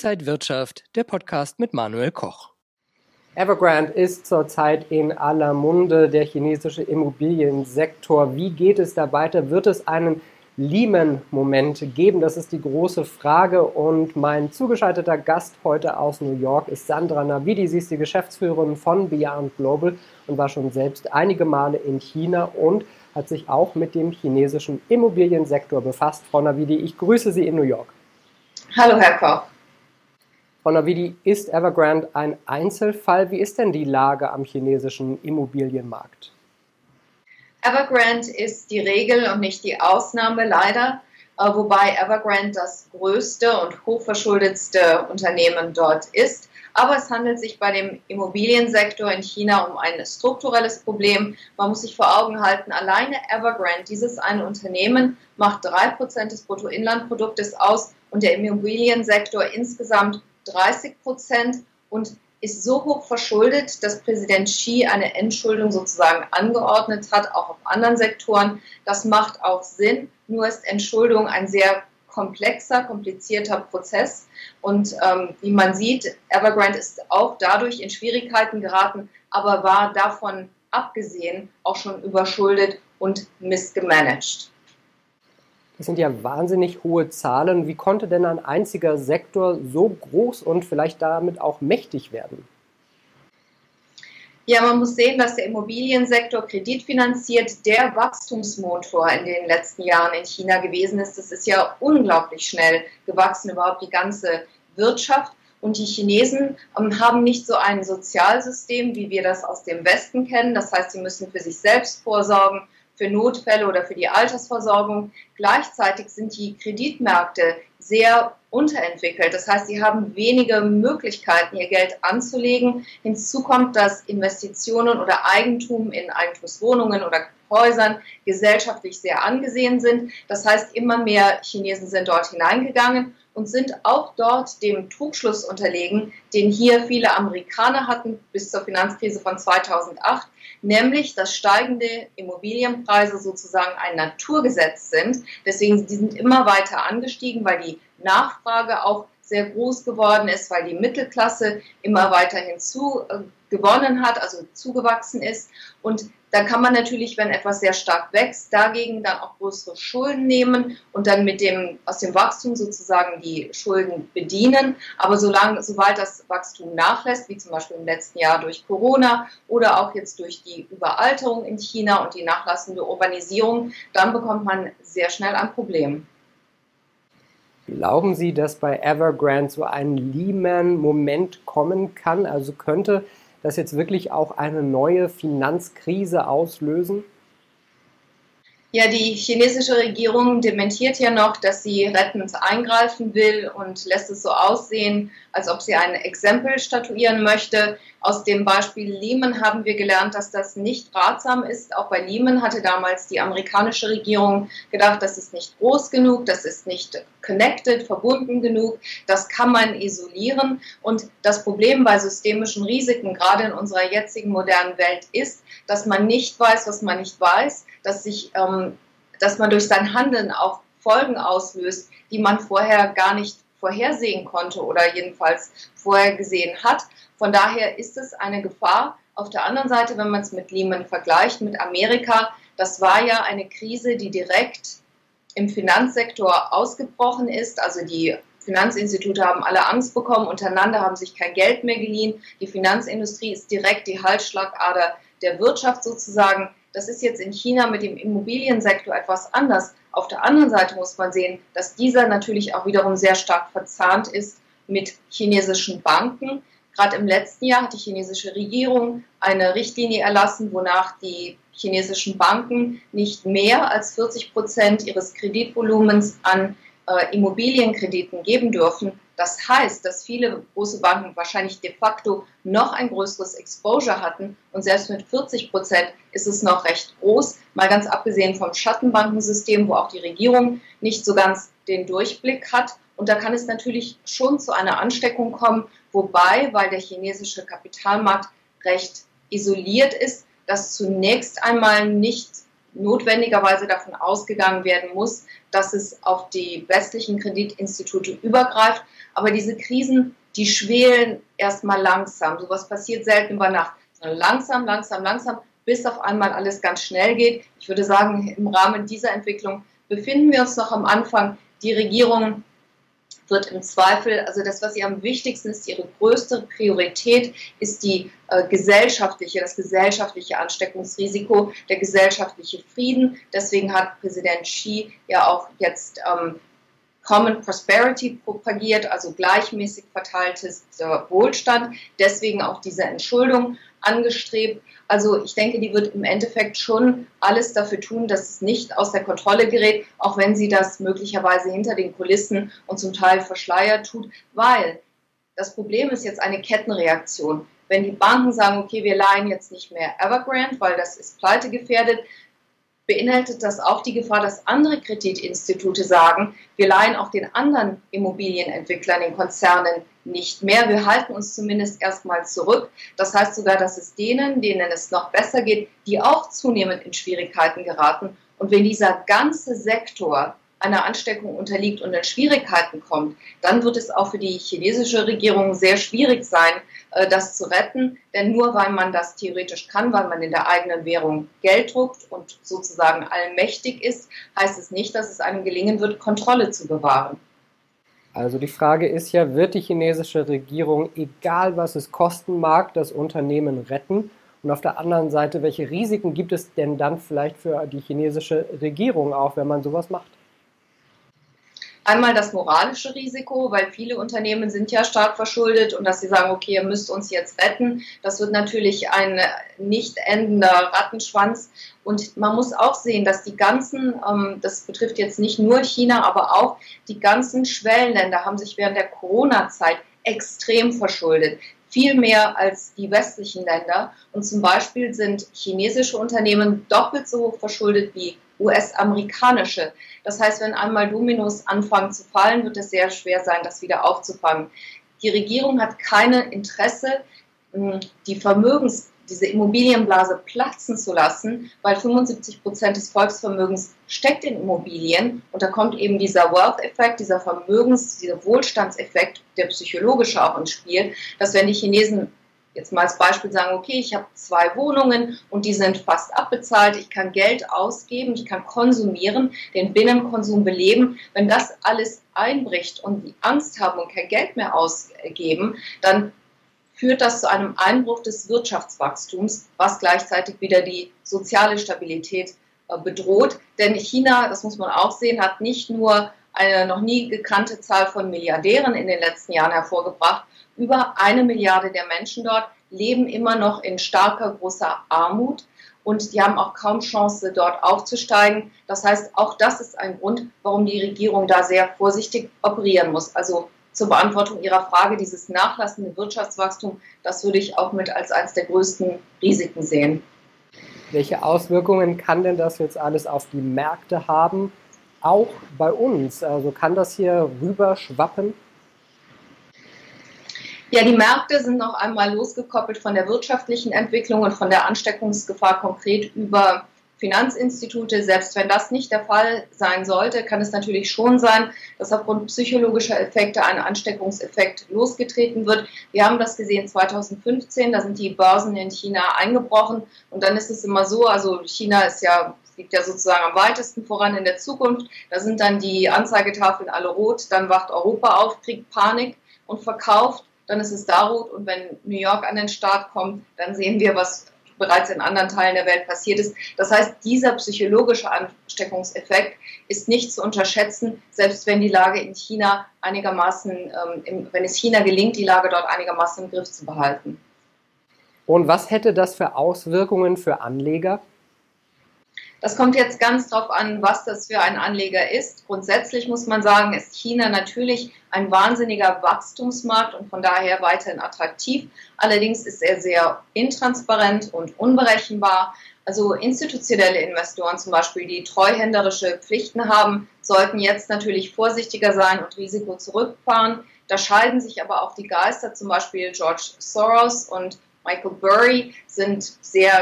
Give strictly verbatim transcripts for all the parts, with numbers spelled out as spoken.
Inside Wirtschaft, der Podcast mit Manuel Koch. Evergrande ist zurzeit in aller Munde, der chinesische Immobiliensektor. Wie geht es da weiter? Wird es einen Lehman-Moment geben? Das ist die große Frage. Und mein zugeschalteter Gast heute aus New York ist Sandra Navidi. Sie ist die Geschäftsführerin von Beyond Global und war schon selbst einige Male in China und hat sich auch mit dem chinesischen Immobiliensektor befasst. Frau Navidi, ich grüße Sie in New York. Hallo, Herr Koch. Frau Navidi, ist Evergrande ein Einzelfall? Wie ist denn die Lage am chinesischen Immobilienmarkt? Evergrande ist die Regel und nicht die Ausnahme, leider. Wobei Evergrande das größte und hochverschuldetste Unternehmen dort ist. Aber es handelt sich bei dem Immobiliensektor in China um ein strukturelles Problem. Man muss sich vor Augen halten, alleine Evergrande, dieses eine Unternehmen, macht drei Prozent des Bruttoinlandproduktes aus und der Immobiliensektor insgesamt dreißig Prozent und ist so hoch verschuldet, dass Präsident Xi eine Entschuldung sozusagen angeordnet hat, auch auf anderen Sektoren. Das macht auch Sinn, nur ist Entschuldung ein sehr komplexer, komplizierter Prozess. Und ähm, wie man sieht, Evergrande ist auch dadurch in Schwierigkeiten geraten, aber war davon abgesehen auch schon überschuldet und missgemanagt. Das sind ja wahnsinnig hohe Zahlen. Wie konnte denn ein einziger Sektor so groß und vielleicht damit auch mächtig werden? Ja, man muss sehen, dass der Immobiliensektor kreditfinanziert der Wachstumsmotor in den letzten Jahren in China gewesen ist. Das ist ja unglaublich schnell gewachsen, überhaupt die ganze Wirtschaft. Und die Chinesen ähm, haben nicht so ein Sozialsystem, wie wir das aus dem Westen kennen. Das heißt, sie müssen für sich selbst vorsorgen, für Notfälle oder für die Altersversorgung. Gleichzeitig sind die Kreditmärkte sehr unterentwickelt. Das heißt, sie haben wenige Möglichkeiten, ihr Geld anzulegen. Hinzu kommt, dass Investitionen oder Eigentum in Eigentumswohnungen oder Häusern gesellschaftlich sehr angesehen sind. Das heißt, immer mehr Chinesen sind dort hineingegangen und sind auch dort dem Trugschluss unterlegen, den hier viele Amerikaner hatten bis zur Finanzkrise von zweitausendacht, nämlich dass steigende Immobilienpreise sozusagen ein Naturgesetz sind. Deswegen die sind immer weiter angestiegen, weil die Nachfrage auch sehr groß geworden ist, weil die Mittelklasse immer weiter hinzu äh, gewonnen hat, also zugewachsen ist. Und da kann man natürlich, wenn etwas sehr stark wächst, dagegen dann auch größere Schulden nehmen und dann mit dem, aus dem Wachstum sozusagen die Schulden bedienen. Aber solange, sobald das Wachstum nachlässt, wie zum Beispiel im letzten Jahr durch Corona oder auch jetzt durch die Überalterung in China und die nachlassende Urbanisierung, dann bekommt man sehr schnell ein Problem. Glauben Sie, dass bei Evergrande so ein Lehman-Moment kommen kann? Also könnte das jetzt wirklich auch eine neue Finanzkrise auslösen? Ja, die chinesische Regierung dementiert ja noch, dass sie rettend eingreifen will und lässt es so aussehen, als ob sie ein Exempel statuieren möchte. Aus dem Beispiel Lehman haben wir gelernt, dass das nicht ratsam ist. Auch bei Lehman hatte damals die amerikanische Regierung gedacht, das ist nicht groß genug, das ist nicht connected, verbunden genug, das kann man isolieren. Und das Problem bei systemischen Risiken, gerade in unserer jetzigen modernen Welt, ist, dass man nicht weiß, was man nicht weiß, dass sich, ähm, dass man durch sein Handeln auch Folgen auslöst, die man vorher gar nicht vorhersehen konnte oder jedenfalls vorher gesehen hat. Von daher ist es eine Gefahr. Auf der anderen Seite, wenn man es mit Lehman vergleicht, mit Amerika, das war ja eine Krise, die direkt im Finanzsektor ausgebrochen ist. Also die Finanzinstitute haben alle Angst bekommen, untereinander haben sich kein Geld mehr geliehen. Die Finanzindustrie ist direkt die Halsschlagader der Wirtschaft sozusagen. Das ist jetzt in China mit dem Immobiliensektor etwas anders. Auf der anderen Seite muss man sehen, dass dieser natürlich auch wiederum sehr stark verzahnt ist mit chinesischen Banken. Gerade im letzten Jahr hat die chinesische Regierung eine Richtlinie erlassen, wonach die chinesischen Banken nicht mehr als vierzig Prozent ihres Kreditvolumens an äh, Immobilienkrediten geben dürfen. Das heißt, dass viele große Banken wahrscheinlich de facto noch ein größeres Exposure hatten und selbst mit vierzig Prozent ist es noch recht groß, mal ganz abgesehen vom Schattenbankensystem, wo auch die Regierung nicht so ganz den Durchblick hat. Und da kann es natürlich schon zu einer Ansteckung kommen, wobei, weil der chinesische Kapitalmarkt recht isoliert ist, das zunächst einmal nicht notwendigerweise davon ausgegangen werden muss, dass es auf die westlichen Kreditinstitute übergreift. Aber diese Krisen, die schwelen erstmal langsam. Sowas passiert selten über Nacht, sondern langsam, langsam, langsam, bis auf einmal alles ganz schnell geht. Ich würde sagen, im Rahmen dieser Entwicklung befinden wir uns noch am Anfang. Die Regierung wird im Zweifel, also das, was ihr am wichtigsten ist, ihre größte Priorität ist die äh, gesellschaftliche, das gesellschaftliche Ansteckungsrisiko, der gesellschaftliche Frieden. Deswegen hat Präsident Xi ja auch jetzt ähm, Common Prosperity propagiert, also gleichmäßig verteiltes äh, Wohlstand, deswegen auch diese Entschuldung angestrebt. Also ich denke, die wird im Endeffekt schon alles dafür tun, dass es nicht aus der Kontrolle gerät, auch wenn sie das möglicherweise hinter den Kulissen und zum Teil verschleiert tut, weil das Problem ist jetzt eine Kettenreaktion. Wenn die Banken sagen, okay, wir leihen jetzt nicht mehr Evergrande, weil das ist pleitegefährdet, beinhaltet das auch die Gefahr, dass andere Kreditinstitute sagen, wir leihen auch den anderen Immobilienentwicklern, den Konzernen nicht mehr. Wir halten uns zumindest erstmal zurück. Das heißt sogar, dass es denen, denen es noch besser geht, die auch zunehmend in Schwierigkeiten geraten. Und wenn dieser ganze Sektor einer Ansteckung unterliegt und in Schwierigkeiten kommt, dann wird es auch für die chinesische Regierung sehr schwierig sein, das zu retten. Denn nur weil man das theoretisch kann, weil man in der eigenen Währung Geld druckt und sozusagen allmächtig ist, heißt es nicht, dass es einem gelingen wird, Kontrolle zu bewahren. Also die Frage ist ja, wird die chinesische Regierung, egal was es kosten mag, das Unternehmen retten? Und auf der anderen Seite, welche Risiken gibt es denn dann vielleicht für die chinesische Regierung auch, wenn man sowas macht? Einmal das moralische Risiko, weil viele Unternehmen sind ja stark verschuldet und dass sie sagen, okay, ihr müsst uns jetzt retten. Das wird natürlich ein nicht endender Rattenschwanz. Und man muss auch sehen, dass die ganzen, das betrifft jetzt nicht nur China, aber auch die ganzen Schwellenländer haben sich während der Corona-Zeit extrem verschuldet. Viel mehr als die westlichen Länder. Und zum Beispiel sind chinesische Unternehmen doppelt so hoch verschuldet wie U S-amerikanische. Das heißt, wenn einmal Dominos anfangen zu fallen, wird es sehr schwer sein, das wieder aufzufangen. Die Regierung hat kein Interesse, die Vermögens, diese Immobilienblase platzen zu lassen, weil fünfundsiebzig Prozent des Volksvermögens steckt in Immobilien und da kommt eben dieser Wealth-Effekt, dieser Vermögens-, dieser Wohlstandseffekt, der psychologische auch ins Spiel, dass wenn die Chinesen jetzt mal als Beispiel sagen, okay, ich habe zwei Wohnungen und die sind fast abbezahlt, ich kann Geld ausgeben, ich kann konsumieren, den Binnenkonsum beleben. Wenn das alles einbricht und die Angst haben und kein Geld mehr ausgeben, dann führt das zu einem Einbruch des Wirtschaftswachstums, was gleichzeitig wieder die soziale Stabilität bedroht. Denn China, das muss man auch sehen, hat nicht nur eine noch nie gekannte Zahl von Milliardären in den letzten Jahren hervorgebracht. Über eine Milliarde der Menschen dort leben immer noch in starker, großer Armut und die haben auch kaum Chance, dort aufzusteigen. Das heißt, auch das ist ein Grund, warum die Regierung da sehr vorsichtig operieren muss. Also zur Beantwortung Ihrer Frage, dieses nachlassende Wirtschaftswachstum, das würde ich auch mit als eines der größten Risiken sehen. Welche Auswirkungen kann denn das jetzt alles auf die Märkte haben? Auch bei uns, also kann das hier rüber schwappen? Ja, die Märkte sind noch einmal losgekoppelt von der wirtschaftlichen Entwicklung und von der Ansteckungsgefahr konkret über Finanzinstitute. Selbst wenn das nicht der Fall sein sollte, kann es natürlich schon sein, dass aufgrund psychologischer Effekte ein Ansteckungseffekt losgetreten wird. Wir haben das gesehen zweitausendfünfzehn, da sind die Börsen in China eingebrochen und dann ist es immer so, also China ist ja liegt ja sozusagen am weitesten voran in der Zukunft. Da sind dann die Anzeigetafeln alle rot, dann wacht Europa auf, kriegt Panik und verkauft, dann ist es da rot und wenn New York an den Start kommt, dann sehen wir, was bereits in anderen Teilen der Welt passiert ist. Das heißt, dieser psychologische Ansteckungseffekt ist nicht zu unterschätzen, selbst wenn die Lage in China einigermaßen, ähm, wenn es China gelingt, die Lage dort einigermaßen im Griff zu behalten. Und was hätte das für Auswirkungen für Anleger? Das kommt jetzt ganz drauf an, was das für ein Anleger ist. Grundsätzlich muss man sagen, ist China natürlich ein wahnsinniger Wachstumsmarkt und von daher weiterhin attraktiv. Allerdings ist er sehr intransparent und unberechenbar. Also institutionelle Investoren zum Beispiel, die treuhänderische Pflichten haben, sollten jetzt natürlich vorsichtiger sein und Risiko zurückfahren. Da scheiden sich aber auch die Geister. Zum Beispiel George Soros und Michael Burry sind sehr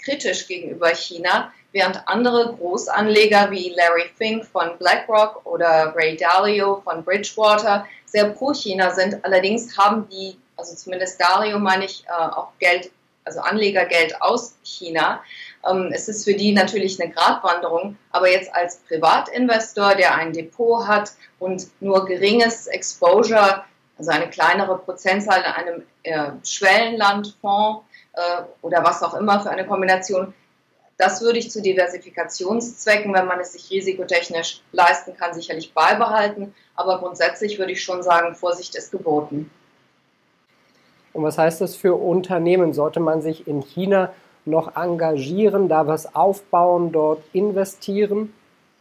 kritisch gegenüber China, während andere Großanleger wie Larry Fink von BlackRock oder Ray Dalio von Bridgewater sehr pro China sind. Allerdings haben die, also zumindest Dalio meine ich, auch Geld, also Anlegergeld aus China. Es ist für die natürlich eine Gratwanderung, aber jetzt als Privatinvestor, der ein Depot hat und nur geringes Exposure, also eine kleinere Prozentzahl in einem äh, Schwellenlandfonds äh, oder was auch immer für eine Kombination, das würde ich zu Diversifikationszwecken, wenn man es sich risikotechnisch leisten kann, sicherlich beibehalten. Aber grundsätzlich würde ich schon sagen, Vorsicht ist geboten. Und was heißt das für Unternehmen? Sollte man sich in China noch engagieren, da was aufbauen, dort investieren?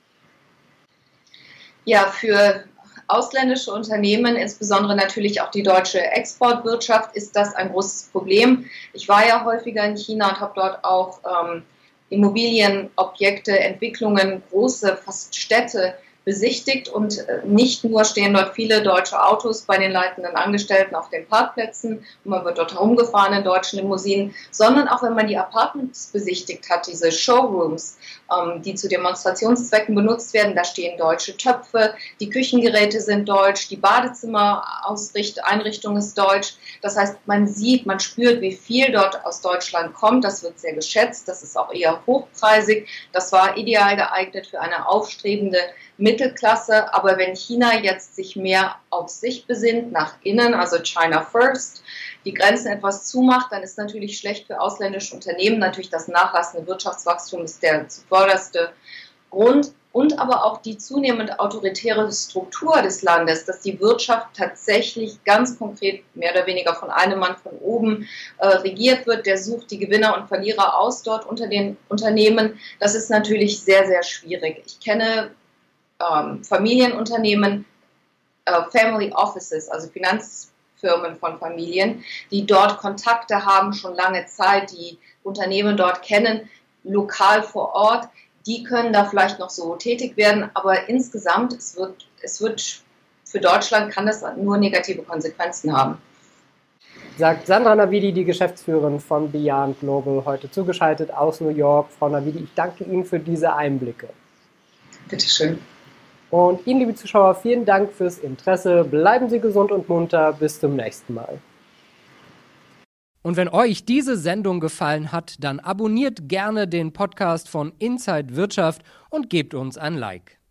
Ja, für ausländische Unternehmen, insbesondere natürlich auch die deutsche Exportwirtschaft, ist das ein großes Problem. Ich war ja häufiger in China und habe dort auch ähm, Immobilienobjekte, Entwicklungen, große, fast Städte besichtigt und nicht nur stehen dort viele deutsche Autos bei den leitenden Angestellten auf den Parkplätzen und man wird dort herumgefahren in deutschen Limousinen, sondern auch wenn man die Apartments besichtigt hat, diese Showrooms, ähm, die zu Demonstrationszwecken benutzt werden, da stehen deutsche Töpfe, die Küchengeräte sind deutsch, die Badezimmerausrichtung ist deutsch. Das heißt, man sieht, man spürt, wie viel dort aus Deutschland kommt. Das wird sehr geschätzt, das ist auch eher hochpreisig. Das war ideal geeignet für eine aufstrebende Mittelklasse, aber wenn China jetzt sich mehr auf sich besinnt, nach innen, also China First, die Grenzen etwas zumacht, dann ist natürlich schlecht für ausländische Unternehmen. Natürlich das nachlassende Wirtschaftswachstum ist der zuvorderste Grund und aber auch die zunehmend autoritäre Struktur des Landes, dass die Wirtschaft tatsächlich ganz konkret mehr oder weniger von einem Mann von oben äh, regiert wird, der sucht die Gewinner und Verlierer aus dort unter den Unternehmen. Das ist natürlich sehr, sehr schwierig. Ich kenne Ähm, Familienunternehmen, äh, Family Offices, also Finanzfirmen von Familien, die dort Kontakte haben, schon lange Zeit, die Unternehmen dort kennen, lokal vor Ort, die können da vielleicht noch so tätig werden, aber insgesamt, es wird, es wird für Deutschland kann das nur negative Konsequenzen haben. Sagt Sandra Navidi, die Geschäftsführerin von Beyond Global, heute zugeschaltet aus New York. Frau Navidi, ich danke Ihnen für diese Einblicke. Bitteschön. Und Ihnen, liebe Zuschauer, vielen Dank fürs Interesse. Bleiben Sie gesund und munter. Bis zum nächsten Mal. Und wenn euch diese Sendung gefallen hat, dann abonniert gerne den Podcast von Inside Wirtschaft und gebt uns ein Like.